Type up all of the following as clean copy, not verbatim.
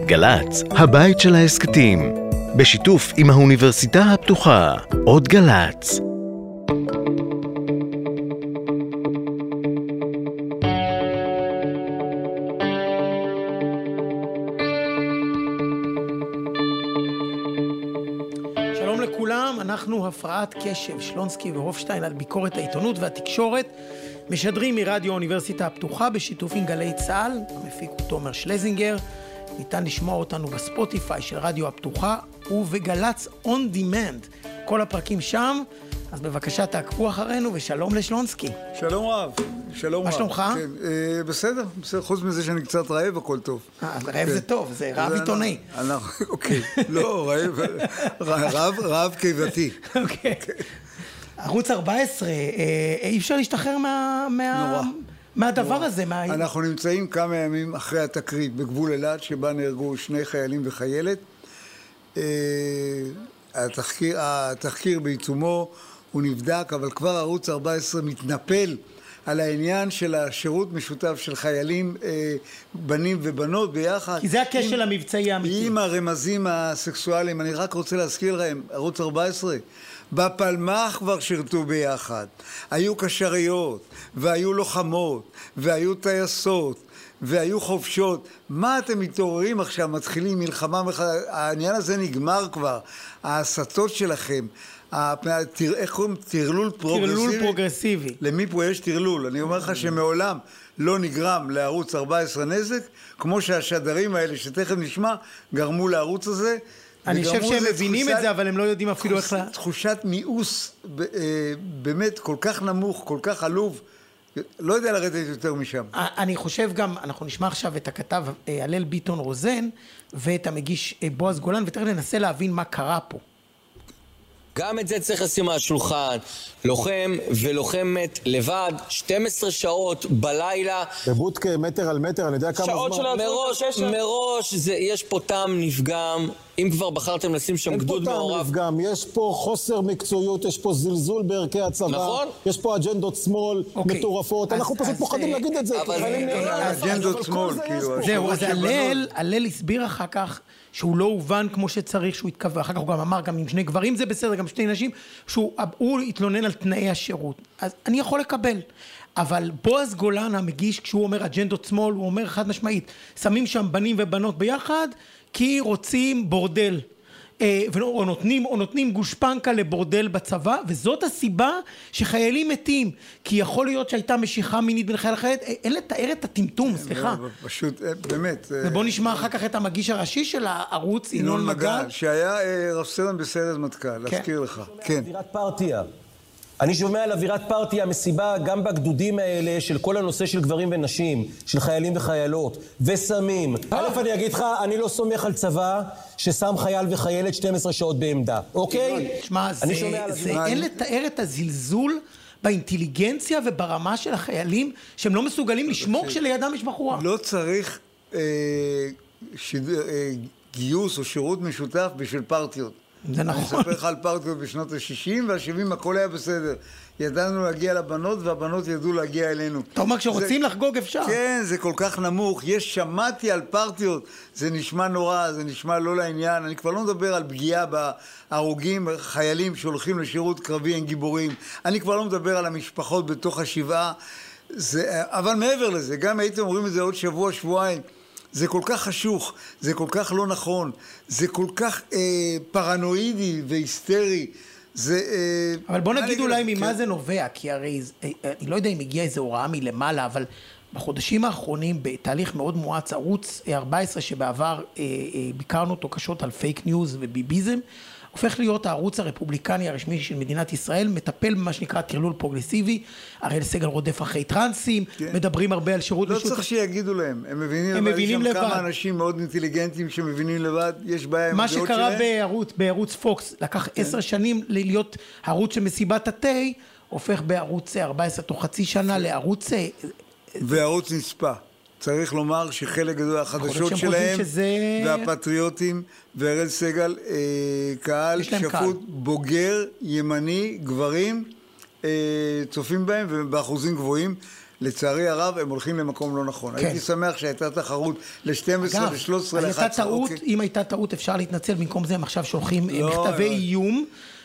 גל"צ, הבית של העסקתים, בשיתוף עם האוניברסיטה הפתוחה, עוד גל"צ. שלום לכולם, אנחנו הפרעת קשב, שלונסקי והופשטיין על ביקורת העיתונות והתקשורת, משדרים מרדיו האוניברסיטה הפתוחה בשיתוף עם גלי צה"ל, המפיק הוא תומר שלזינגר. ניתן לשמוע אותנו בספוטיפיי של רדיו הפתוחה ובגל"צ on demand. כל הפרקים שם, אז בבקשה תעקבו אחרינו ושלום לשלונסקי. שלום רב, שלום רב. מה שלומך? כן, בסדר, חוץ מזה שאני קצת רעב, הכל טוב. רעב זה טוב, זה רעב עיתונאי. אוקיי, לא, רעב קיבתי. אוקיי. ערוץ 14, אי אפשר להשתחרר מהדבר הזה. אנחנו נמצאים כמה ימים אחרי התקרית בגבול אילת, שבה נהרגו 2 חיילים וחיילת. התחקיר בעיצומו הוא נבדק, אבל כבר ערוץ 14 מתנפל על העניין של השירות משותף של חיילים, בנים ובנות ביחד. כי זה הכשל המבצעי האמיתי. עם הרמזים הסקסואליים. אני רק רוצה להזכיר להם, ערוץ 14, בפלמ"ח כבר שירתו ביחד. היו קשריות, והיו לוחמות, והיו טייסות, והיו חופשות. מה אתם מתעוררים עכשיו? מתחילים מלחמה, העניין הזה נגמר כבר. ההסתות שלכם, איך קוראים? טרלול פרוגרסיבי. למי פה יש טרלול? אני אומר לך שמעולם לא נגרם לערוץ 14 נזק, כמו שהשדרים האלה שתכף נשמע, גרמו לערוץ הזה. אני חושב שהם מבינים את זה, אבל הם לא יודעים אפילו איך תחושת מיאוס באמת כל כך נמוך, כל כך עלוב, לא יודע לרדת יותר משם. אני חושב גם, אנחנו נשמע עכשיו את הכתב הלל ביטון רוזן, ואת המגיש בועז גולן, ותכף ננסה להבין מה קרה פה. גם את זה צריך לשים על השולחן. לוחם ולוחמת לבד 12 שעות בלילה בבודקה מטר על מטר, אני יודע כמה זמן מראש יש פה טעם נפגם. אם כבר בחרתם לשים שם גדוד מעורב, אין פה טעם נפגם, יש פה חוסר מקצועיות, יש פה זלזול בערכי הצבא, נכון? יש פה אג'נדות שמאל מטורפות, אנחנו פשוט פוחדים להגיד את זה. אג'נדות שמאל, כאילו. זהו, אז הלל הסביר אחר כך שהוא לא הובן כמו שצריך, שהוא התכוון, אחר כך הוא גם אמר, גם עם 2 גברים זה בסדר, גם 2 נשים, שהוא התלונן על תנאי השירות. אז אני יכול לקבל. אבל בועז גולן המגיש, כשהוא אומר אג'נדות שמאל, הוא אומר חד משמעית, שמים שם בנים ובנות ביחד, כי רוצים בורדל. או נותנים גושפנקה לבורדל בצבא, וזאת הסיבה שחיילים מתים, כי יכול להיות שהייתה משיכה מינית בין חייל לחיילת. אין לתאר את הטמטום, סליחה. פשוט, באמת. ובוא נשמע אחר כך את המגיש הראשי של הערוץ, ינון מגל. שהיה רב סרן בסיירת מטכ"ל, להזכיר לך. כן. אווירת פרטיה. אני שומע על אווירת פרטיה, מסיבה גם בגדודים האלה של כל הנושא של גברים ונשים, של חיילים וחיילות, וסמים. אני אגיד לך, אני לא סומך על צבא ששם חייל וחיילת 12 שעות בעמדה, אוקיי? תשמע, אין לתאר את הזלזול באינטליגנציה וברמה של החיילים, שהם לא מסוגלים לשמור כשלידם יש בחורה. לא צריך גיוס או שירות משותף בשביל פרטיות. זה נכון. אני אספר לך על פרטיות בשנות ה-60 וה-70, הכל היה בסדר. ידענו להגיע לבנות והבנות ידעו להגיע אלינו. אתה אומר, כשרוצים לחגוג אפשר. כן, זה כל כך נמוך. שמעתי על פרטיות, זה נשמע נורא, זה נשמע לא לעניין. אני כבר לא מדבר על פגיעה בהרוגים, חיילים שהולכים לשירות קרבי, הם גיבורים. אני כבר לא מדבר על המשפחות בתוך השבעה. אבל מעבר לזה, גם הייתם אומרים את זה עוד שבוע, שבועיים. זה כל כך חשוך, זה כל כך לא נכון, זה כל כך פרנואידי והיסטרי. אבל בוא נגיד אולי ממה זה נובע, כי הרי, אני לא יודע אם הגיעה איזו הוראה מלמעלה, אבל בחודשים האחרונים, בתהליך מאוד מואץ, ערוץ 14 שבעבר ביקרנו אותו קשות על פייק ניוז וביביזם, הופך להיות הערוץ הרפובליקני הרשמי של מדינת ישראל, מטפל במה שנקרא טרלול פרוגרסיבי. הראל סגל רודף אחרי טרנסים, מדברים הרבה על שירות משותף. לא צריך שיגידו להם, הם מבינים לבד. יש שם כמה אנשים מאוד אינטליגנטים שמבינים לבד, יש בעיה עם הדעות שלהם. מה שקרה בערוץ פוקס, לקח 10 שנים להיות ערוץ של מסיבת התה, הופך בערוץ 14 תוך חצי שנה לערוץ... וערוץ נספה. צריך לומר שחלק גדול החדשות שלהם והפטריוטים והראל סגל קהל שפוט בוגר ימני גברים צופים בהם ובאחוזים גבוהים. לצערי הרב, הם הולכים למקום לא נכון. כן. הייתי שמח שהייתה תחרות ל-12, ל-13, ל-11. אם הייתה טעות, אפשר להתנצל, במקום זה הם עכשיו שולחים מכתבי איום.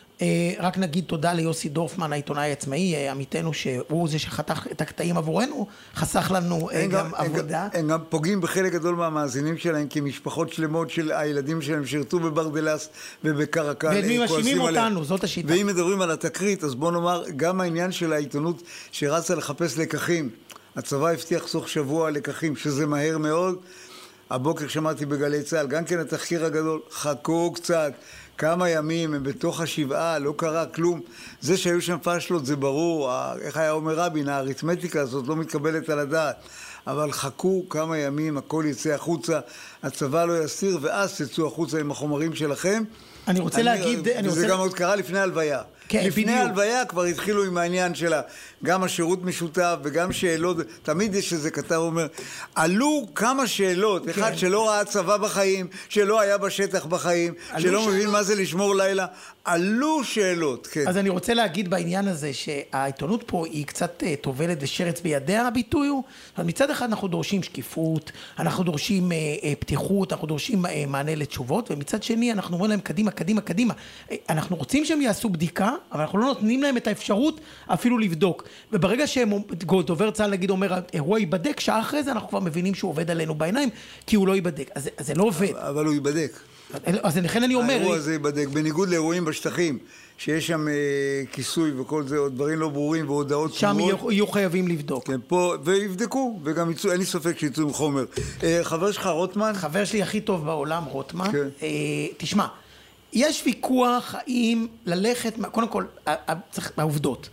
רק נגיד תודה ליוסי דורפמן, העיתונאי העצמאי, עמיתנו שהוא זה שחתך את הקטעים עבורנו, חסך לנו גם עבודה. הם גם פוגעים בחלק גדול מהמאזינים שלהם, כי משפחות שלמות של הילדים שלהם שירתו בברדלס ובקרקל. והם משאימים אותנו, זאת השיטה. ואם מדברים על התקרית, אז בוא נאמר, גם העניין של העיתונות שרצה לחפש לקחים, הצבא הבטיח סוף שבוע לקחים, שזה מהר מאוד. הבוקר שמעתי בגלי צהל, גם כן התחקיר הגדול, חכו קצת. כמה ימים הם בתוך השבעה, לא קרה כלום. זה שהיו שם פשלות זה ברור, איך היה אומר רבין, האריתמטיקה הזאת לא מתקבלת על הדעת. אבל חכו כמה ימים, הכל יצא החוצה, הצבא לא יסיר, ואז תצאו החוצה עם החומרים שלכם. אני רוצה להגיד... וזה גם עוד קרה לפני הלוויה. כן, לפני בדיוק. הלוויה כבר התחילו עם העניין שלה, גם השירות משותף וגם שאלות, תמיד יש איזה כתב אומר, עלו כמה שאלות, אחד שלא ראה צבא בחיים, שלא היה בשטח בחיים, שלא מבין מה זה לשמור לילה, עלו שאלות, כן. אז אני רוצה להגיד בעניין הזה שהעיתונות פה היא קצת טובלת ושרץ בידיה, הביטוי הוא, מצד אחד אנחנו דורשים שקיפות, אנחנו דורשים פתיחות, אנחנו דורשים מענה לתשובות, ומצד שני אנחנו אומרים להם קדימה, קדימה, קדימה. אנחנו רוצים שהם יעשו בדיקה, אבל אנחנו לא נותנים להם את האפשרות אפילו לבדוק. וברגע שדובר צה"ל נגיד אומר, האירוע ייבדק, שעה אחרי זה אנחנו כבר מבינים שהוא עובד עלינו בעיניים, כי הוא לא ייבדק. אז זה לא עובד. אבל הוא ייבדק. אז לכן אני אומר... האירוע הזה ייבדק, בניגוד לאירועים בשטחים, שיש שם כיסוי וכל זה, או דברים לא ברורים והודעות שם יהיו חייבים לבדוק. כן, פה, ויבדקו, וגם יצאו, אין לי ספק שיצאו עם חומר. חבר שלך, רוטמן? חבר שלי הכי טוב בעולם, רוטמן. כן. תשמע, יש ויכוח האם ללכת, קודם כל, העובדות.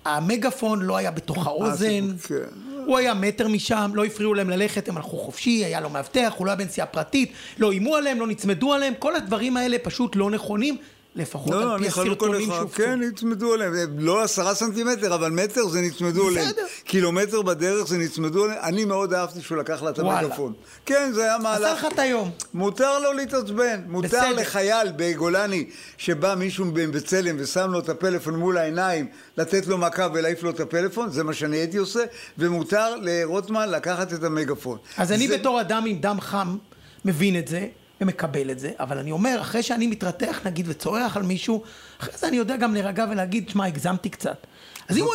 המגפון לא היה בתוך האוזן, הוא היה מטר משם, לא הפריעו להם ללכת, הם הלכו חופשי, היה לו מאבטח, הוא לא היה בנסיעה פרטית, לא אימו עליהם, לא נצמדו עליהם, כל הדברים האלה פשוט לא נכונים, לפחות על פי הסרטונים שהופצו. כן, נצמדו עליהם, לא 10 סנטימטר, אבל מטר זה נצמדו עליהם. קילומטר בדרך זה נצמדו עליהם. אני מאוד אהבתי שהוא לקח לה את המגפון. כן, זה היה מהלך. עשה לך את היום. מותר לו להתעצבן. מותר לחייל בגולני שבא מישהו בצלם ושם לו את הפלאפון מול העיניים, לתת לו מכה ולהעיף לו את הפלאפון, זה מה שאני הייתי עושה, ומותר לרוטמן לקחת את המגפון. אז אני בתור אדם עם דם חם מבין את זה. ומקבל את זה, אבל אני אומר, אחרי שאני מתרתח, נגיד, וצורח על מישהו, אחרי זה אני יודע גם להירגע ולהגיד, שמה, הגזמתי קצת. אז אם הוא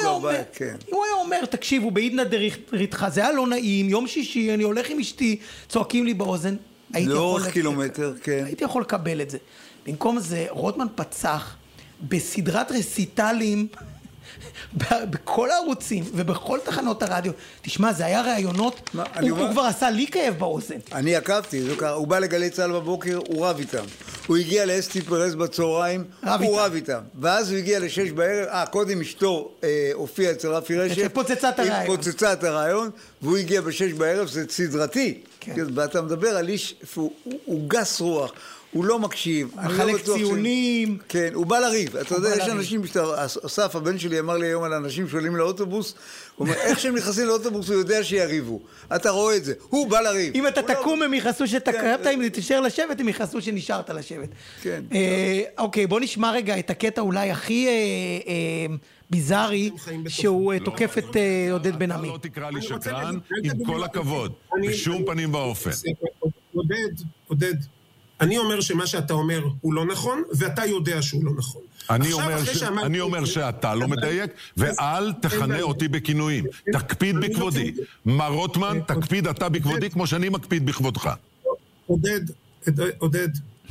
היה אומר, תקשיבו, בעידנא דריתחא, זה היה לא נעים, יום שישי, אני הולך עם אשתי, צועקים לי באוזן, לאורך קילומטר, כן. הייתי יכול לקבל את זה. במקום זה, רוטמן פצח בסדרת רסיטלים, בכל הערוצים ובכל תחנות הרדיו. תשמע, זה היה ראיונות, הוא כבר עשה לי כאב באוזן. אני עקבתי, הוא בא לגלי צהל בבוקר, הוא רב איתם. הוא הגיע לאסתי פרס בצהריים, הוא רב איתם. ואז הוא הגיע ל6 בערב, קודם אשתו הופיע אצל רפי רשף. פוצצה את הרעיון, והוא הגיע ב6 בערב, זה סדרתי. ואתה מדבר על איש, הוא גס רוח. הוא לא מקשיב. מחלק ציונים. כן, הוא בא לריב. אתה יודע, יש אנשים, אסף, הבן שלי אמר לי היום על אנשים שעולים לאוטובוס, הוא אומר, איך שהם נכנסים לאוטובוס, הוא יודע שיריבו. אתה רואה את זה. הוא בא לריב. אם אתה תקום, הם יכעסו שתקרבת, אם תישאר לשבת, הם יכעסו שנשארת לשבת. כן. אוקיי, בוא נשמע רגע את הקטע אולי הכי ביזארי, שהוא תוקף את עודד בן עמי. לא תקרא לי שקרן, עם כל הכבוד. בשום פנים ואופן. עודד. אני אומר שמה שאתה אומר הוא לא נכון, ואתה יודע שהוא לא נכון. אני אומר שאתה לא מדייק, ואל תכנה אותי בכינויים. תקפיד בכבודי. מר רוטמן, תקפיד אתה בכבודי, כמו שאני מקפיד בכבודך. עודד,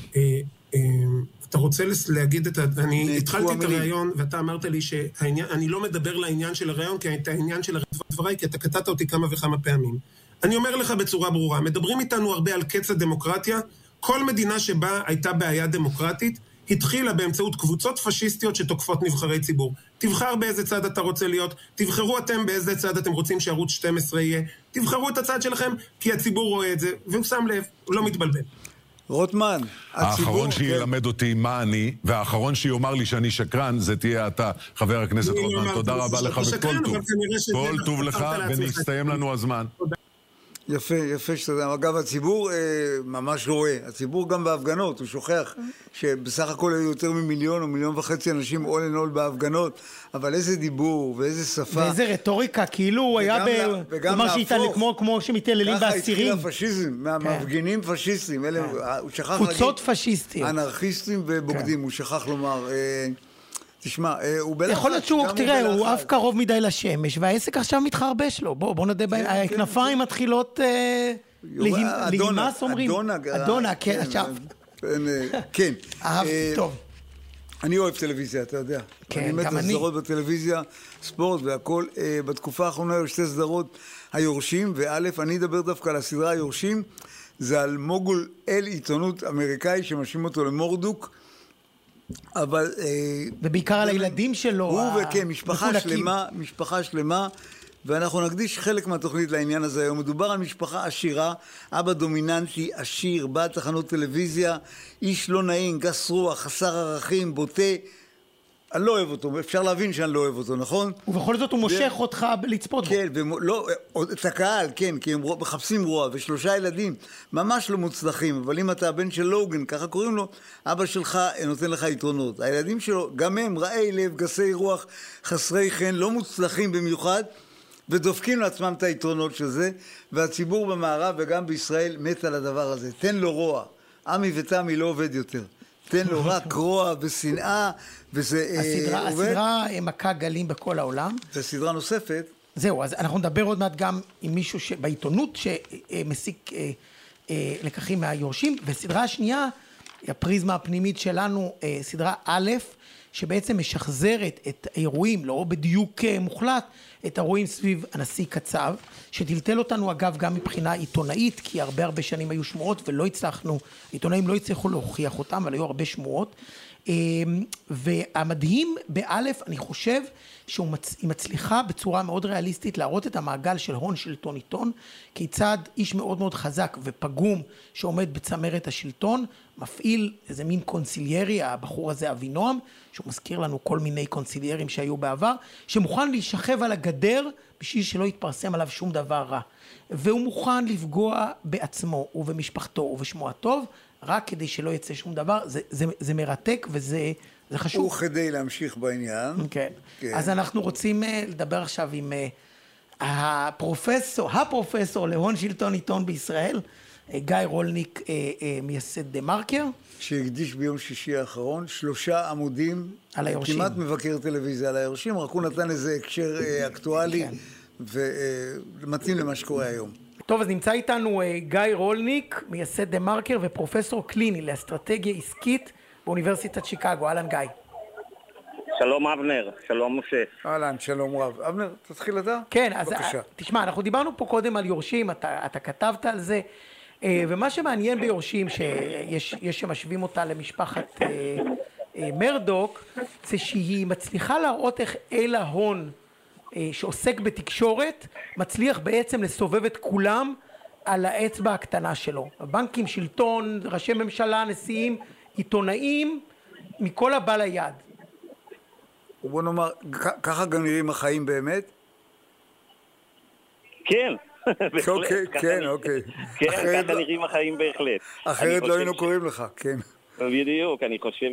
אתה רוצה להגיד את... אני התחלתי את הרעיון, ואתה אמרת לי שאני לא מדבר לעניין של הרעיון, כי את העניין של דבריי, כי אתה קטעת אותי כמה וכמה פעמים. אני אומר לך בצורה ברורה, מדברים איתנו הרבה על קץ הדמוקרטיה, כל מדינה שבה הייתה בעיה דמוקרטית, התחילה באמצעות קבוצות פשיסטיות שתוקפות נבחרי ציבור. תבחר באיזה צד אתה רוצה להיות, תבחרו אתם באיזה צד אתם רוצים שערוץ 12 יהיה, תבחרו את הצד שלכם, כי הציבור רואה את זה, והוא שם לב, הוא לא מתבלבל. רוטמן, האחרון שילמד אותי מה אני, והאחרון שיאמר לי שאני שקרן, זה תהיה אתה, חבר הכנסת רוטמן. תודה רבה לך וכל טוב. כל טוב לך, ונסתיים לנו הזמן. יפה, יפה שאתה יודע. אגב, הציבור ממש רואה. הציבור גם בהפגנות, הוא שוכח שבסך הכל היו יותר ממיליון או 1.5 מיליון אנשים all in all בהפגנות, אבל איזה דיבור ואיזה שפה. ואיזה רטוריקה, כאילו הוא היה כמו שמתעללים באסירים. ככה התחיל הפשיזם, מהמפגינים פשיסטים. הוא שכח להגיד... קבוצות פשיסטים. אנרכיסטים ובוגדים, הוא שכח לומר... תשמע, הוא בלחץ... יכול להיות שהוא, תראה, הוא אף קרוב מדי לשמש, והעסק עכשיו מתחרבש לו. בוא נדע, הכנפיים מתחילות להימס, אומרים. אדונה, כן, עכשיו. כן. טוב. אני אוהב טלוויזיה, אתה יודע. כן, גם אני. אני מת לסדרות בטלוויזיה, ספורט והכל. בתקופה האחרונה היו 2 סדרות היורשים, אני אדבר דווקא על הסדרה היורשים, זה על מוגול אל עיתונות אמריקאי שמשאים אותו למורדוק, אבל... ובעיקר על הילדים שלו. הוא וכן, משפחה שלמה, ואנחנו נקדיש חלק מהתוכנית לעניין הזה היום. מדובר על משפחה עשירה, אבא דומיננטי, עשיר, בעל תחנות טלוויזיה, איש לא נעים, גס רוח, חסר ערכים, בוטה. אני לא אוהב אותו, אפשר להבין שאני לא אוהב אותו, נכון? ובכל זאת הוא מושך אותך לצפות בו. כן, את הקהל, כן, כי הם מחפשים רוע, ו3 ילדים ממש לא מוצלחים, אבל אם אתה הבן של לוגן, ככה קוראים לו, אבא שלך נותן לך יתרונות. הילדים שלו, גם הם רעי לב, גסי רוח, חסרי חן, לא מוצלחים במיוחד, ודופקים לעצמם את היתרונות של זה, והציבור במערב וגם בישראל מת על הדבר הזה. תן לו רוע. עמי ותמי לא עובד יותר. תן לו רק רוע ושנאה, וזה עובד. הסדרה מכה גלים בכל העולם. וסדרה נוספת. זהו, אז אנחנו נדבר עוד מעט גם עם מישהו בעיתונות שמסיק לקחים מהיורשים, וסדרה השנייה, הפריזמה הפנימית שלנו, סדרה א', שבעצם משחזרת את האירועים, לא בדיוק מוחלט, את האירועים סביב הנשיא קצב, שטלטל אותנו אגב גם מבחינה עיתונאית, כי הרבה שנים היו שמועות ולא הצלחנו, עיתונאים לא הצליחו להוכיח אותם, אבל היו הרבה שמועות. והמדהים באלף, אני חושב שהיא מצליחה בצורה מאוד ריאליסטית להראות את המעגל של הון שלטון עיתון, כיצד איש מאוד מאוד חזק ופגום שעומד בצמרת השלטון, מפעיל איזה מין קונסיליירי, הבחור הזה אבינועם, שהוא מזכיר לנו כל מיני קונסיליירים שהיו בעבר, שמוכן להישכב על הגדר בשביל שלא יתפרסם עליו שום דבר רע. והוא מוכן לפגוע בעצמו ובמשפחתו ובשמו הטוב, רק כדי שלא יצא שום דבר. זה מרתק וזה חשוב. הוא כדי להמשיך בעניין. כן. אז אנחנו רוצים לדבר עכשיו עם הפרופסור להון שלטון עיתון בישראל, גיא רולניק, מייסד דה מרקר. שהקדיש ביום שישי האחרון 3 עמודים, על היורשים. כמעט מבקר טלוויזיה על היורשים, רק הוא נתן איזה הקשר אקטואלי, ומתאים למה שקורה היום. טוב, אז נמצא איתנו גיא רולניק, מייסד דה מרקר ופרופסור קליני לאסטרטגיה עסקית באוניברסיטת שיקגו. אהלן גיא. שלום אבנר, שלום משה. אהלן, שלום רב. אבנר, תתחיל אתה? כן, אז תשמע, אנחנו דיברנו פה קודם על יורשים, אתה כתבת על זה, ומה שמעניין ביורשים, שיש שמשווים אותה למשפחת מרדוק, זה שהיא מצליחה להראות איך אל ההון שעוסק בתקשורת, מצליח בעצם לסובב את כולם על האצבע הקטנה שלו. בנקים, שלטון, ראשי ממשלה, נשיאים, עיתונאים, מכל הבא ליד. ובוא נאמר, ככה גם נראים החיים באמת? כן. אוקיי, כן, אוקיי. כן, ככה נראים החיים בהחלט. אחרת לא היינו קוראים לך, כן. בדיוק, אני חושב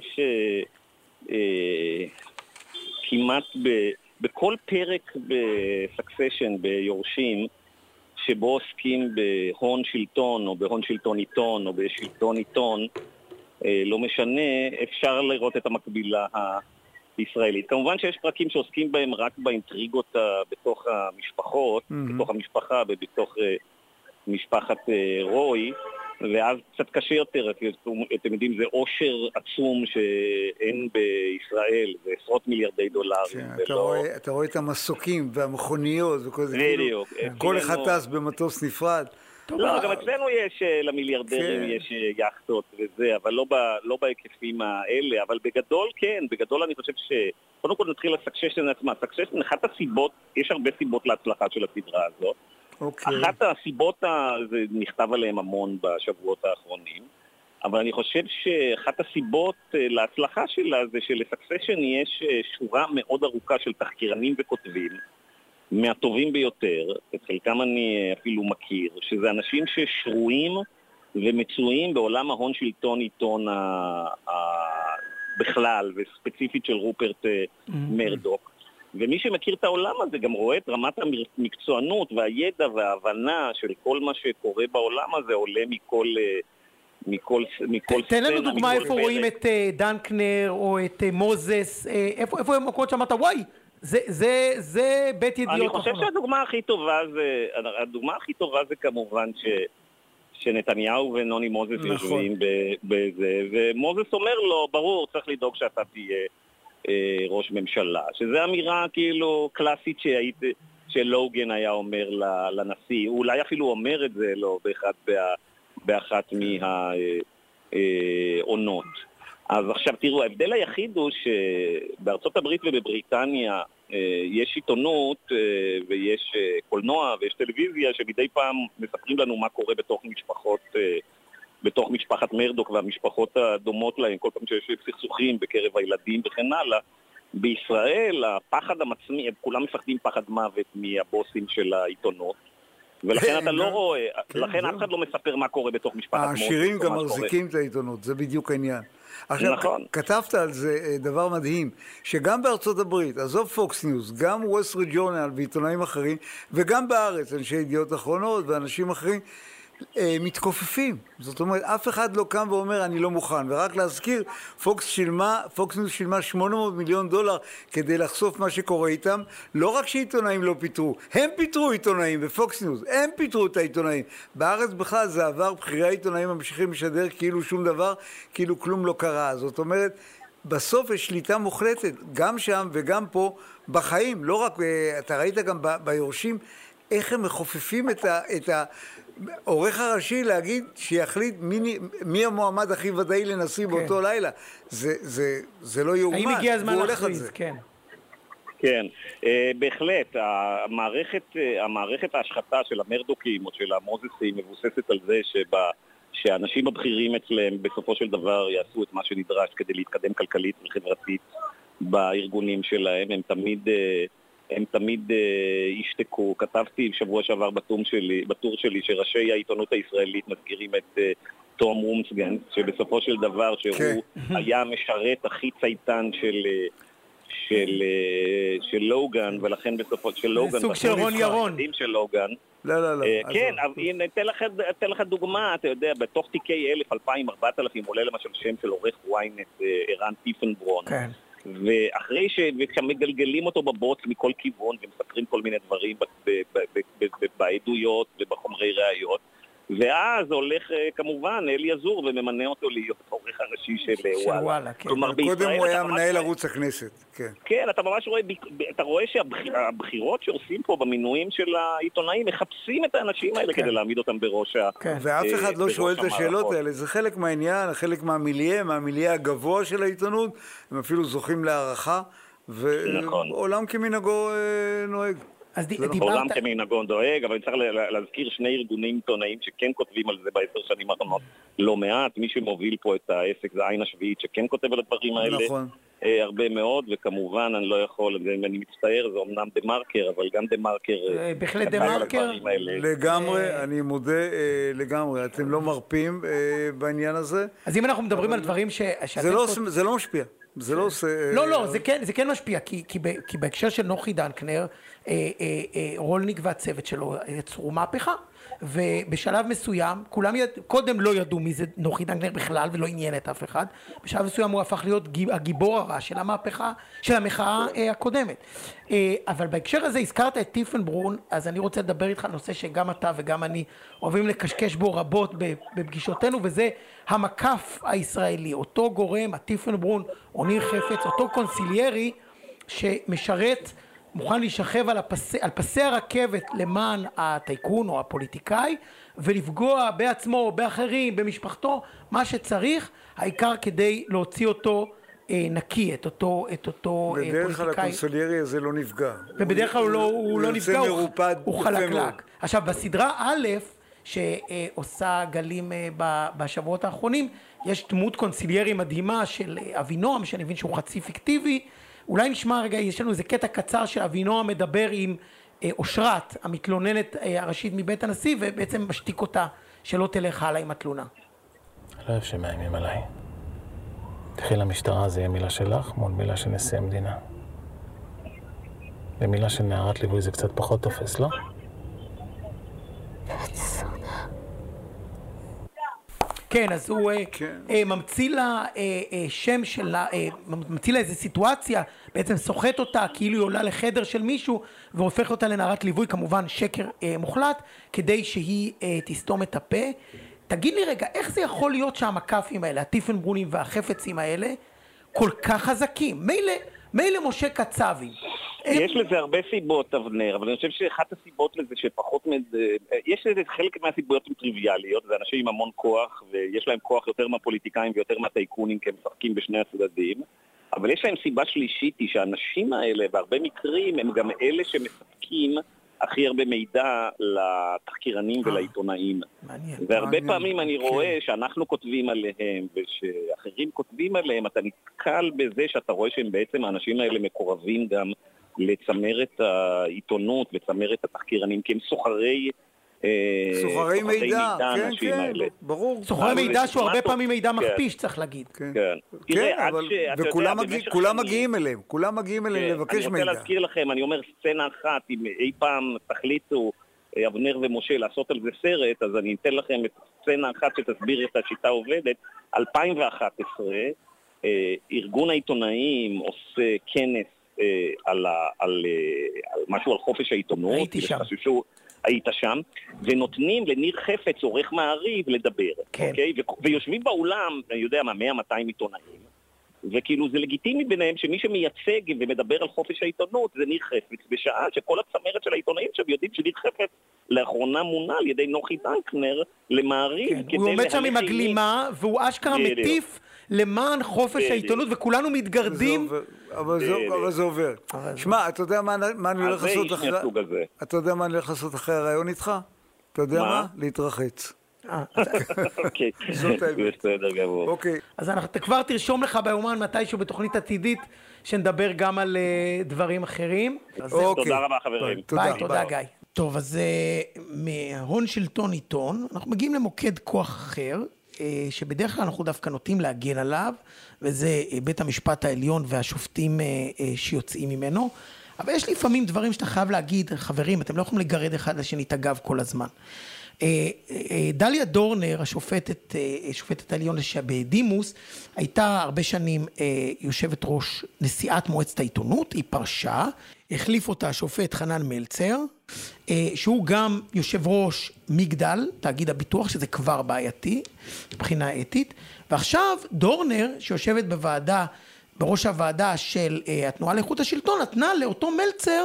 שכמעט בכל פרק בסקסשן, ביורשים, שבו עוסקים בהון שלטון, או בהון שלטון עיתון, או בשלטון עיתון, לא משנה, אפשר לראות את המקבילה הישראלית. כמובן שיש פרקים שעוסקים בהם רק באינטריגות בתוך המשפחות, בתוך המשפחה ובתוך משפחת רוי, ואז קצת קשה יותר, אתם יודעים, זה עושר עצום שאין בישראל, זה עשרות מיליארדי דולרים. אתה רואה את המסוקים והמכוניות וכל זה, כאילו, כל אחד טס במטוס נפרד. לא, גם אצלנו יש, למיליארדרים יש יאכטות וזה, אבל לא בהיקפים האלה, אבל בגדול כן, בגדול אני חושב קודם כל נתחיל לסקשן עצמה. סקשן, אחת הסיבות, יש הרבה סיבות להצלחה של הסדרה הזאת. אחת הסיבות, זה נכתב עליהם המון בשבועות האחרונים, אבל אני חושב שאחת הסיבות להצלחה שלה זה שלסקשן יש שורה מאוד ארוכה של תחקירנים וכותבים, מהטובים ביותר, את חלקם אני אפילו מכיר, שזה אנשים ששרויים ומצויים בעולם ההון שלטון עיתון בכלל, וספציפית של רופרט מרדוק. ומי שמכיר את העולם הזה גם רואה את רמת המקצוענות והידע וההבנה של כל מה שקורה בעולם הזה עולה מכל סצנה. תן לנו דוגמה איפה רואים את דנקנר או את מוזס, איפה הם מקומות שאמרת, וואי, זה בית ידיעות. אני חושב שהדוגמה הכי טובה זה כמובן שנתניהו ונוני מוזס יושבים בזה, ומוזס אומר לו, ברור, צריך לדאוג שאתה תהיה ראש ממשלה, שזה אמירה כאילו קלאסית שלוגן היה אומר לנשיא, הוא אולי אפילו אומר את זה לו באחת מהעונות. אז עכשיו תראו, ההבדל היחיד הוא שבארצות הברית ובבריטניה יש עיתונות ויש קולנוע ויש טלוויזיה שמדי פעם מספרים לנו מה קורה בתוך משפחת מרדוק והמשפחות הדומות להם, כל פעם שיש סכסוכים בקרב הילדים וכן הלאה. בישראל הפחד המצמי, כולם מפחדים פחד מוות מהבוסים של העיתונות, ולכן אתה לא רואה, לכן אף אחד לא מספר מה קורה בתוך משפחת מרדוק. העשירים גם מחזיקים את העיתונות, זה בדיוק העניין. עכשיו, כתבת על זה דבר מדהים, שגם בארצות הברית, עזוב פוקס ניוז, גם וול סטריט ג'ורנל ועיתונאים אחרים, וגם בארץ, אנשי ידיעות אחרונות ואנשים אחרים, מתכופפים. זאת אומרת, אף אחד לא קם ואומר, אני לא מוכן. ורק להזכיר, פוקס ניוז שילמה $800 מיליון כדי לחשוף מה שקורה איתם. לא רק שעיתונאים לא פיתרו, הם פיתרו עיתונאים בפוקס ניוז, הם פיתרו את העיתונאים. בארץ בכלל זה עבר, בחירי העיתונאים ממשיכים לשדר כאילו שום דבר, כאילו כלום לא קרה. זאת אומרת, בסוף יש שליטה מוחלטת, גם שם וגם פה, בחיים. לא רק, אתה ראית גם ביורשים, איך הם מחופפים את העורך הראשי להגיד שיחליט מי המועמד הכי ודאי לנשיא באותו לילה. זה לא יאומן. האם הגיע הזמן להכריז? כן. כן, בהחלט. המערכת ההשחתה של המרדוקים או של המוזסים מבוססת על זה שהאנשים הבכירים אצלם בסופו של דבר יעשו את מה שנדרש כדי להתקדם כלכלית וחברתית בארגונים שלהם. הם תמיד ישתקו. כתבתי שבוע שעבר בטור שלי שראשי העיתונות הישראלית מזכירים את תום רומסגן, שבסופו של דבר שהוא היה המשרת הכי צייתן של לוגן, ולכן בסופו של לוגן, סוג של רון ירון. של לוגן. לא. כן, אתן לך דוגמה, אתה יודע, בתוך תיקי 1,000, 2,000, 4,000 עולה למשל שם של עורך וויינט, ערן טיפנברון. כן. ואחרי שמגלגלים אותו בבוץ מכל כיוון ומספרים כל מיני דברים בעדויות ובחומרי ראיות, ואז הולך כמובן אלי עזור וממנה אותו להיות העורך הראשי של וואלה. קודם הוא היה מנהל ערוץ הכנסת. כן, אתה ממש רואה שהבחירות שעושים פה במינויים של העיתונאים מחפשים את האנשים האלה כדי להעמיד אותם בראש ואף אחד לא שואל את השאלות האלה. זה חלק מהעניין, חלק מהמיליה הגבוה של העיתונות. הם אפילו זוכים להערכה, ועולם כמנהגו נוהג. עולם כמנהגו דואג, אבל אני צריך להזכיר שני ארגונים עיתונאים שכן כותבים על זה ב10 שנים האחרונות לא מעט. מי שמוביל פה את העסק זה עין השביעית שכן כותב על הדברים האלה הרבה מאוד, וכמובן אני לא יכול, אני מצטער, זה אמנם דה-מרקר, אבל גם דה-מרקר בהחלט דה-מרקר לגמרי, אני מודה לגמרי, אתם לא מרפים בעניין הזה. אז אם אנחנו מדברים על דברים זה לא משפיע. זה לא עושה... לא, זה כן משפיע, כי בהקשר של נוחי דנקנר, רולניק והצוות שלו יצרו מהפכה, ובשלב מסוים, כולם קודם לא ידעו מי זה נוחי דנקנר בכלל, ולא עניין את אף אחד, בשלב מסוים הוא הפך להיות הגיבור הרע של המהפכה, של המחאה הקודמת. אבל בהקשר הזה הזכרת את טיפנברון, אז אני רוצה לדבר איתך על נושא שגם אתה וגם אני אוהבים לקשקש בו רבות בפגישותינו, וזה המקף הישראלי, אותו גורם, הטיפנברון, או ניר חפץ, אותו קונסיליארי שמשרת, מוכן להישכב על פסי הרכבת למען הטייקון או הפוליטיקאי, ולפגוע בעצמו או באחרים, במשפחתו, מה שצריך, העיקר כדי להוציא אותו נקי, את אותו פוליטיקאי. בדרך כלל הקונסוליירי הזה לא נפגע. ובדרך כלל הוא לא נפגע, הוא חלקלק. עכשיו, בסדרה א', שעושה גלים בשבועות האחרונים, יש דמות קונסיליירי מדהימה של אבינועם, שאני מבין שהוא חצי פיקטיבי. אולי נשמע רגע, יש לנו איזה קטע קצר של אבינועם מדבר עם אושרת, המתלוננת הראשית מבית הנשיא, ובעצם משתיק אותה שלא תלך הלאה עם התלונה. לא אוהב שמאיימים עליי. תחי למשטרה, זה יהיה מילה שלך מול מילה של נשיא המדינה. ומילה של נערת ליווי זה קצת פחות תופס, לא? כן, אז הוא ממציא לה שם שלה, ממציא לה איזו סיטואציה, בעצם סוחט אותה כאילו היא עולה לחדר של מישהו, והופך אותה לנערת ליווי, כמובן שקר מוחלט, כדי שהיא תסתום את הפה. תגיד לי רגע, איך זה יכול להיות שהמקפים האלה, הטיפנברונים והחפצים האלה, כל כך חזקים? מילא משה קצבי. יש לזה הרבה סיבות, אבנר, אבל אני חושב שאחת הסיבות לזה שפחות יש לזה חלק מהסיבות הן טריוויאליות, זה אנשים עם המון כוח, ויש להם כוח יותר מהפוליטיקאים ויותר מהטייקונים, כי הם משחקים בשני הצדדים, אבל יש להם סיבה שלישית, היא שהאנשים האלה, בהרבה מקרים, הם גם אלה שמספקים הכי הרבה מידע לתחקירנים ולעיתונאים. והרבה פעמים אני רואה שאנחנו כותבים עליהם ושאחרים כותבים עליהם, אתה נתקל בזה שאתה רואה שהם בעצם האנשים האלה מקורבים גם לצמרת העיתונות וצמרת התחקירנים, כי הם סוחרי מידע, כן, ברור. סוחרי מידע שהוא הרבה פעמים מידע מכפיש, צריך להגיד. כן, וכולם מגיעים אליהם, לבקש מידע. אני רוצה להזכיר לכם, אני אומר סצנה אחת, אם אי פעם תחליטו אבנר ומשה לעשות על זה סרט, אז אני אתן לכם את סצנה אחת שתסביר את השיטה עובדת. 2011, ארגון העיתונאים עושה כנס על משהו על חופש העיתונאות. הייתי שם. היית שם, ונותנים לניר חפץ, עורך מעריב, לדבר. כן. אוקיי? ויושבים באולם, אני יודע מה, 100-200 עיתונאים, וכאילו זה לגיטימי ביניהם שמי שמייצג ומדבר על חופש העיתונות זה ניר חפץ, בשעה שכל הצמרת של העיתונאים שם יודעים שניר חפץ לאחרונה מונה על ידי נוחי דנקנר למעריב. כן, הוא עומד שם עם הגלימה, והוא אשכרה מטיף למען חופש העיתונות, וכולנו מתגרדים. אבל זה עובר. שמע, אתה יודע מה אני הולך לעשות אחרי... אתה יודע מה אני הולך לעשות אחרי הרעיון איתך? אתה יודע מה? להתרחץ. אוקיי, בסדר גמור. אוקיי. אז אתה כבר תרשום לך ביומן מתישהו בתוכנית עתידית, שנדבר גם על דברים אחרים. תודה רבה חברים. ביי, תודה גיא. טוב, אז מהון שלטון עיתון, אנחנו מגיעים למוקד כוח אחר, שבדרך כלל אנחנו דווקא נוטים להגן עליו, וזה בית המשפט העליון והשופטים שיוצאים ממנו. אבל יש לפעמים דברים שאתה חייב להגיד, חברים, אתם לא יכולים לגרד אחד לשני את הגב כל הזמן. דליה דורנר, השופטת העליון בדימוס, הייתה הרבה שנים יושבת ראש נשיאת מועצת העיתונות, היא פרשה, החליף אותה השופט חנן מלצר, שהוא גם יושב ראש מגדל, תאגיד הביטוח, שזה כבר בעייתי, מבחינה אתית, ועכשיו דורנר, שיושבת בראש הוועדה של התנועה לאיכות השלטון, נתנה לאותו מלצר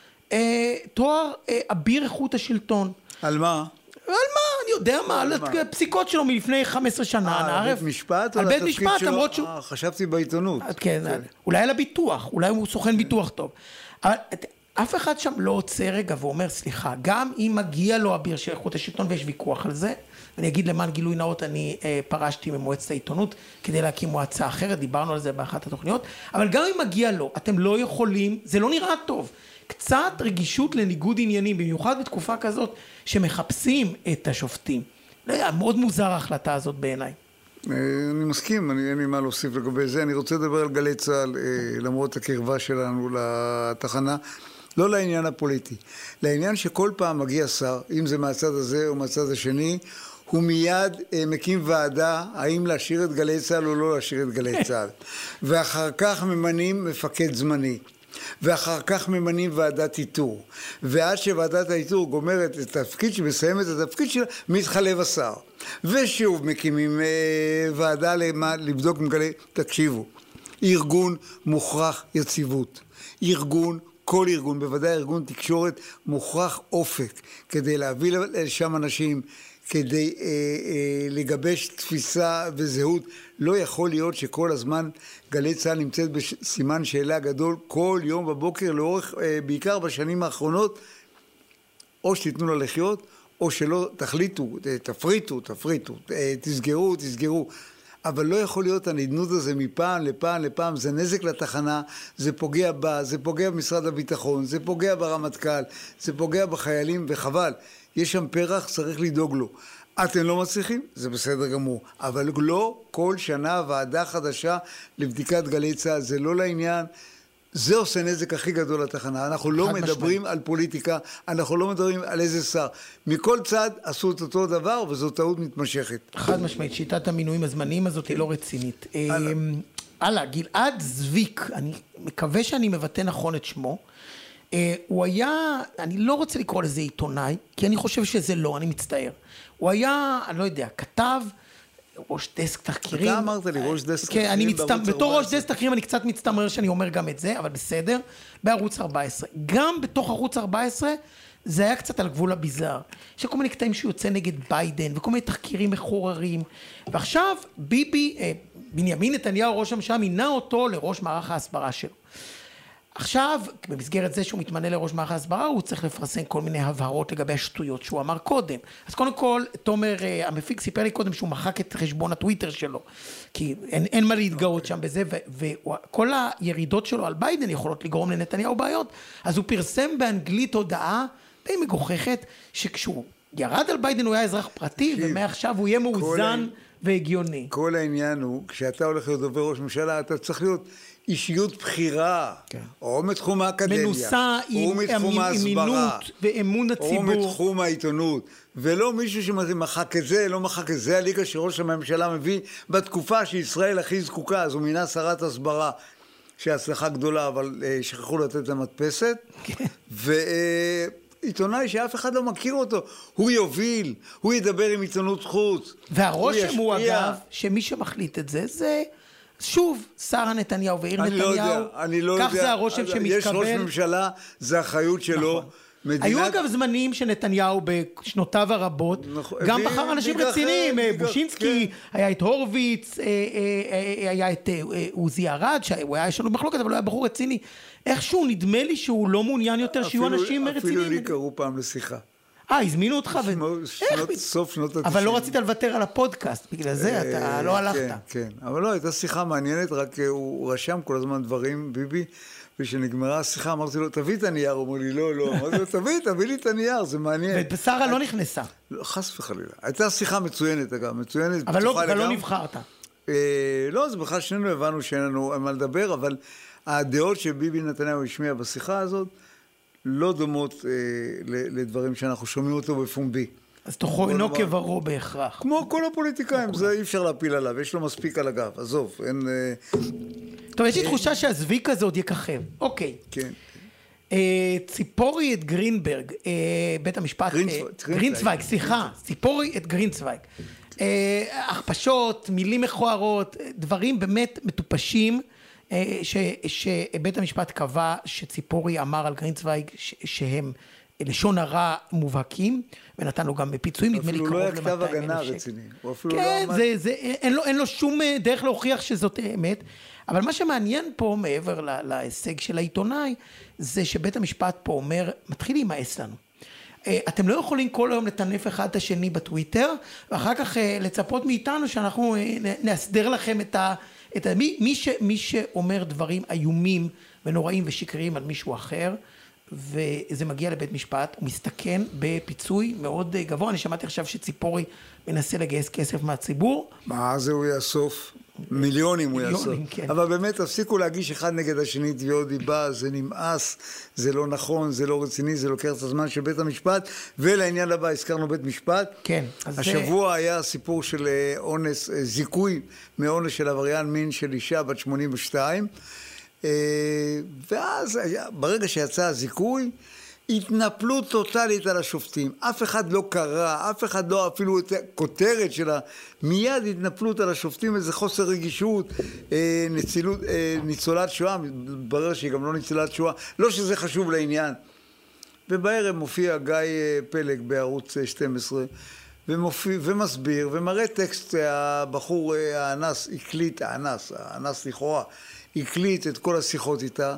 תואר אביר איכות השלטון. על מה? על מה? אני יודע מה, על הפסיקות שלו מלפני 15 שנה. על בית משפט? על בית משפט, למרות שהוא... חשבתי בעיתונות. כן, אולי על הביטוח, אולי הוא סוכן ביטוח טוב. אבל אף אחד שם לא עוצר רגע ואומר, סליחה, גם אם מגיע לו אביר של איכות השלטון ויש ויכוח על זה, אני אגיד למען גילוי נאות, אני פרשתי ממועצת העיתונות כדי להקים מועצה אחרת, דיברנו על זה באחת התוכניות, אבל גם אם מגיע לו, אתם לא יכולים, זה לא נראה טוב. קצת רגישות לניגוד עניינים, במיוחד בתקופה כזאת שמחפשים את השופטים. מאוד מוזר ההחלטה הזאת בעיניי. אני מסכים, אין לי מה להוסיף לגבי זה. אני רוצה לדבר על גלי צה"ל, למרות הקרבה שלנו לתחנה, לא לעניין הפוליטי. לעניין שכל פעם מגיע שר, אם זה מהצד הזה או מהצד השני, הוא מיד מקים ועדה, האם להשאיר את גלי צה"ל או לא להשאיר את גלי צה"ל. ואחר כך ממנים מפקד זמני. ואחר כך ממנים ועדת איתור. ועד שוועדת האיתור גומרת את התפקיד, שמסיימת את התפקיד שלה, מתחלף השר. ושוב מקימים ועדה לבדוק מגלי, תקשיבו, ארגון מוכרח יציבות. כל ארגון, בוודאי ארגון תקשורת, מוכרח אופק, כדי להביא לשם אנשים, כדי לגבש תפיסה וזהות. לא יכול להיות שכל הזמן גלי צה"ל נמצאת בסימן שאלה גדול כל יום בבוקר לאורך, בעיקר בשנים האחרונות, או שתיתנו לה לחיות, או שלא תחליטו, תפריטו, תסגרו. אבל לא יכול להיות הנדנות הזה מפעם לפעם לפעם, זה נזק לתחנה, זה פוגע בה, זה פוגע במשרד הביטחון, זה פוגע ברמטכ"ל, זה פוגע בחיילים, וחבל. יש שם פרח, צריך לדאוג לו. אתם לא מצליחים? זה בסדר גמור. אבל לא כל שנה ועדה חדשה לבדיקת גלי צה"ל, זה לא לעניין. זה עושה נזק הכי גדול לתחנה. אנחנו לא מדברים על פוליטיקה, אנחנו לא מדברים על איזה שר. מכל צד עשו את אותו דבר, וזו טעות מתמשכת. חד משמעית, שיטת המינויים הזמניים הזאת היא לא רצינית. הלאה, גלעד זוויק, אני מקווה שאני מבטא נכון את שמו. הוא היה, אני לא רוצה לקרוא לזה עיתונאי, כי אני חושב שזה לא, אני מצטער. הוא היה, אני לא יודע, כתב, ראש דסק תחקירים. אתה אמרת לי ראש דסק תחקירים בערוץ 14. בתור ראש דסק תחקירים אני קצת מצטמרר שאני אומר גם את זה, אבל בסדר, בערוץ 14. גם בתוך ערוץ 14 זה היה קצת על גבול הביזאר. יש כל מיני קטעים שיוצא נגד ביידן, וכל מיני תחקירים מחוררים. ועכשיו בנימין נתניהו, ראש הממשלה, מינה אותו לראש מערך ההסברה שלו. עכשיו, במסגרת זה שהוא מתמנה לראש מערך ההסברה, הוא צריך לפרסם כל מיני הבהרות לגבי השטויות שהוא אמר קודם. אז קודם כל, תומר, המפיק סיפר לי קודם שהוא מחק את חשבון הטוויטר שלו, כי אין מה להתגאות שם בזה, וכל הירידות שלו על ביידן יכולות לגרום לנתניהו בעיות, אז הוא פרסם באנגלית הודעה די מגוחכת, שכשהוא ירד על ביידן הוא היה אזרח פרטי, ומעכשיו הוא יהיה מאוזן והגיוני. כל העניין הוא, כשאתה הולך להיות דובר ראש ממשלה, אתה צריך להיות אישיות בחירה, או מתחום האקדמיה, מנוסה עם אמינות ואמון הציבור, או מתחום העיתונות, ולא מישהו שמחק את זה, לא מחק את זה, הליגה שראש הממשלה מביא בתקופה שישראל הכי זקוקה, אז הוא מינה שרת הסברה, שהצלחה גדולה, אבל שכחו לתת למדפסת, עיתונאי שאף אחד לא מכיר אותו, הוא יוביל, הוא ידבר עם עיתונות חוץ. והרושם הוא אגב, שמי שמחליט את זה, זה שוב, שרה נתניהו ועיר נתניהו, כך זה הרושם שמתקבל. יש ראש ממשלה, זה האחריות שלו. היו אגב זמנים שנתניהו בשנותיו הרבות, גם בחר אנשים רציניים, בושינסקי, היה את הורוביץ, היה את עוזי ארד, שהוא היה ישנו במחלוקת, אבל הוא היה בחור רציני. איכשהו נדמה לי שהוא לא מעוניין יותר שיהיו אנשים רציניים. אפילו לי קראו פעם לשיחה. הזמינו אותך סוף שנות ה-90. אבל לא רצית לוותר על הפודקאסט, בגלל זה אתה לא הלכת. כן, אבל לא, הייתה שיחה מעניינת, רק הוא רשם כל הזמן דברים, ביבי, ושנגמרה השיחה, אמרתי לו, תביא את הנייר, הוא אומר לי, לא, אמרתי לו, תביא לי את הנייר, זה מעניין. ושרה לא נכנסה. חס וחלילה. הייתה שיחה מצוינת, אגב, מצוינת. אבל לא נבחרת. לא, זה בכלל שנינו הבנו שאין לנו מה לדבר, אבל הדעות שביבי נתניהו השמיע בשיחה הזאת, לא דומות לדברים שאנחנו שומעים אותו בפומבי. אז תוכו אינו כברו בהכרח. כמו כל הפוליטיקאים, זה אי אפשר להפיל עליו, יש לו מספיק על הגב, עזוב, אין... טוב, יש לי תחושה שהזוויק הזה עוד יככב. אוקיי. כן. ציפורי את גרינברג, בית המשפט... גרינצוויג, סליחה. ציפורי את גרינצוויג. הכפשות, מילים מכוערות, דברים באמת מטופשים, שבית המשפט קבע שציפורי אמר על גרינצוויג שהם לשון הרע מובהקים, ונתן לו גם פיצויים, נדמה לי קרוב ל-200,000 שקל. אפילו לא היה כתב הגנה רציני. כן, אין לו שום דרך להוכיח שזאת אמת, אבל מה שמעניין פה, מעבר להישג של העיתונאי, זה שבית המשפט פה אומר, מתחיל להימאס לנו. אתם לא יכולים כל היום לטנף אחד את השני בטוויטר, ואחר כך לצפות מאיתנו שאנחנו נסדר לכם את מי שאומר דברים איומים ונוראים ושקריים על מישהו אחר, וזה מגיע לבית משפט, הוא מסתכן בפיצוי מאוד גבוה. אני שמעתי עכשיו שציפורי מנסה לגייס כסף מהציבור. מה זה הוא יאסוף? מיליונים הוא יאסוף. כן. אבל באמת, תפסיקו להגיש אחד נגד השני תביעות דיבה, זה נמאס, זה לא נכון, זה לא רציני, זה לוקח את הזמן של בית המשפט, ולעניין הבא, הזכרנו בית משפט. כן. השבוע היה סיפור של אונס, זיכוי מאונס של עבריין מין של אישה בת 82, ואז ברגע שיצא הזיכוי, התנפלות טוטלית על השופטים. אף אחד לא קרא, אף אחד לא אפילו את הכותרת שלה. מיד התנפלות על השופטים, איזה חוסר רגישות, ניצולת שואה, ברר שהיא גם לא ניצולת שואה, לא שזה חשוב לעניין. ובערב מופיע גיא פלג בערוץ 12, ומסביר, ומראה טקסט, הבחור האנס הקליט, האנס לכאורה, הקליט את כל השיחות איתה,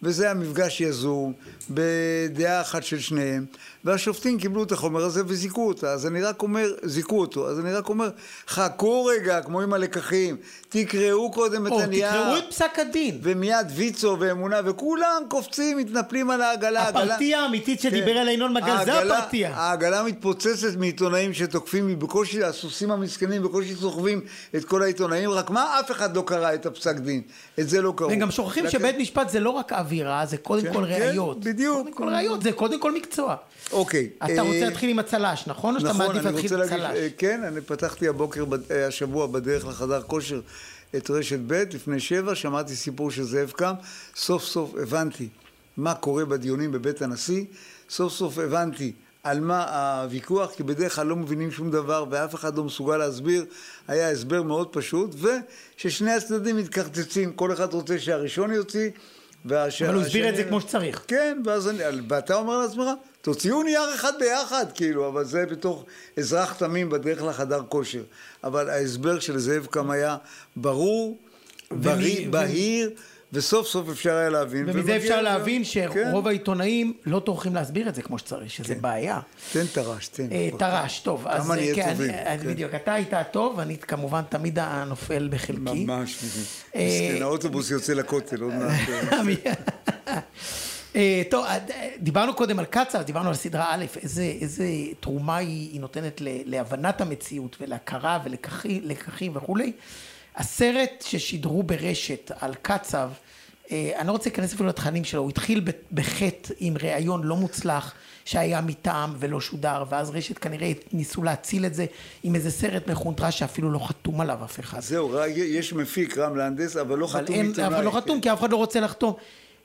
וזה המפגש יזום, בדעה אחת של שניהם, והשופטים קיבלו את החומר הזה וזיקו אותה. אז אני רק אומר, זיקו אותו, אז אני רק אומר, חכו רגע, כמו עם הלקחים, תקראו קודם את הנייר. תקראו את פסק הדין. ומיד ויצו ואמונה, וכולם קופצים, מתנפלים על העגלה. הפרטיה האמיתית שדיבר על ינון מגל, זה הפרטיה. העגלה מתפוצצת מעיתונאים שתוקפים, בקושי, הסוסים המסכנים, בקושי סוחבים את כל העיתונאים, רק מה, אף אחד לא קרא את הפסק דין. את זה לא קראו. וגם שוכחים שבית משפט זה לא רק אווירה, זה קודם כל ראיות. בדיוק. קודם כל ראיות, זה קודם כל מקצוע. אוקיי. אתה רוצה להתחיל עם הצלש, נכון? או שאתה מעדיף להתחיל עם הצלש? כן, אני פתחתי השבוע בדרך לחדר כושר את רשת ב' לפני 7, שמעתי סיפור של זאב קם, סוף סוף הבנתי מה קורה בדיונים בבית הנשיא, סוף סוף הבנתי על מה הוויכוח, כי בדרך כלל לא מבינים שום דבר ואף אחד לא מסוגל להסביר, היה הסבר מאוד פשוט, וששני הצדדים מתקרצצים, כל אחד רוצה שהראשון יוציא, אבל הוא הסביר את זה כמו שצריך. כן, ואתה אומר לעצמך, תוציאו נייר אחד ביחד, כאילו, אבל זה בתוך אזרח תמים בדרך לחדר כושר. אבל ההסבר של זאב קם היה ברור, בהיר, וסוף סוף אפשר היה להבין. ומזה אפשר להבין שרוב העיתונאים לא טורחים להסביר את זה כמו שצריך, שזה בעיה. תן תרש, תן. תרש, טוב. כמה נהיה טובים. בדיוק, אתה היית טוב, אני כמובן תמיד הנופל בחלקי. ממש. מסכן, האוטובוס יוצא לכותל, עוד מעט. טוב, דיברנו קודם על קצב, דיברנו על סדרה א', איזה תרומה היא נותנת להבנת המציאות ולהכרה ולקחים וכולי. הסרט ששידרו ברשת על קצב, אני לא רוצה להיכנס אפילו לתכנים שלו, הוא התחיל בחטא עם ראיון לא מוצלח שהיה מטעם ולא שודר, ואז רשת כנראה ניסו להציל את זה עם איזה סרט מחונטרה שאפילו לא חתום עליו אף אחד. זהו, יש מפיק רם לנדס, אבל לא חתום עיתונאי. אבל לא חתום, כי אף אחד לא רוצה לחתום.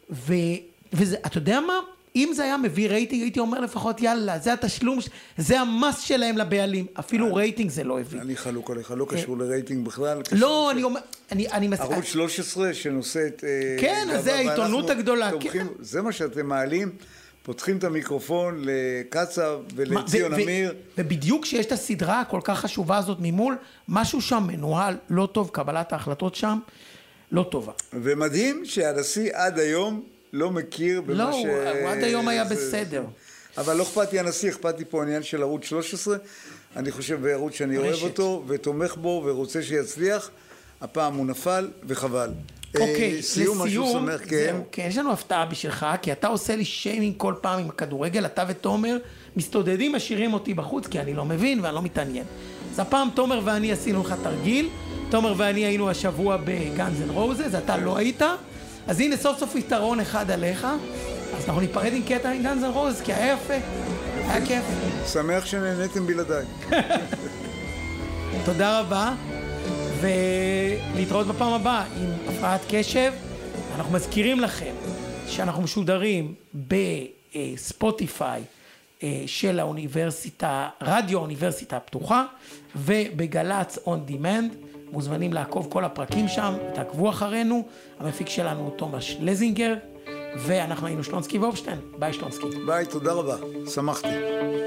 ואתה יודע מה? אם זה היה מביא רייטינג, הייתי אומר לפחות, יאללה, זה התשלום, זה המס שלהם לבעלים. אפילו רייטינג זה לא הביא. אני חלוק עליך, לא קשור לרייטינג בכלל. לא, אני אומר, אני מסכים. ערוץ 13 שנושא את... כן, זה העיתונות הגדולה. זה מה שאתם מעלים, פותחים את המיקרופון לקצב ולציון אמיר. ובדיוק כשיש את הסדרה הכל כך חשובה הזאת ממול, משהו שם מנוהל לא טוב, קבלת ההחלטות שם לא טובה. ומדהים שהנשיא עד היום לא מכיר במה לא, הוא עד היום היה בסדר. אבל לא אכפתי הנשיא, אכפתי פה עניין של ערוץ 13. אני חושב בערוץ שאני אוהב אותו ותומך בו ורוצה שיצליח. הפעם הוא נפל וחבל. אוקיי, סיום, משהו שמח, כן. כן, יש לנו הפתעה בשבילך, כי אתה עושה לי שיימינג כל פעם עם הכדורגל, אתה ותומר מסתודדים, משאירים אותי בחוץ, כי אני לא מבין ואני לא מתעניין. אז הפעם תומר ואני עשינו לך תרגיל, תומר ואני היינו השבוע בגאנז אנד רוזס, אתה לא היית, אז הנה סוף סוף יתרון אחד עליך, אז אנחנו ניפרד עם קטע עם גאנז אנד רוזס, כי היה יפה, היה כיף. שמח שנהניתם בלעדיי. תודה רבה. ולהתראות בפעם הבאה עם הפרעת קשב. אנחנו מזכירים לכם שאנחנו משודרים בספוטיפיי של האוניברסיטה, רדיו האוניברסיטה הפתוחה, ובגלץ און דימנד. מוזמנים לעקוב כל הפרקים שם, תעקבו אחרינו. המפיק שלנו הוא תומש לזינגר, ואנחנו היינו שלונסקי ואופשטיין. ביי שלונסקי. ביי, תודה רבה, שמחתי.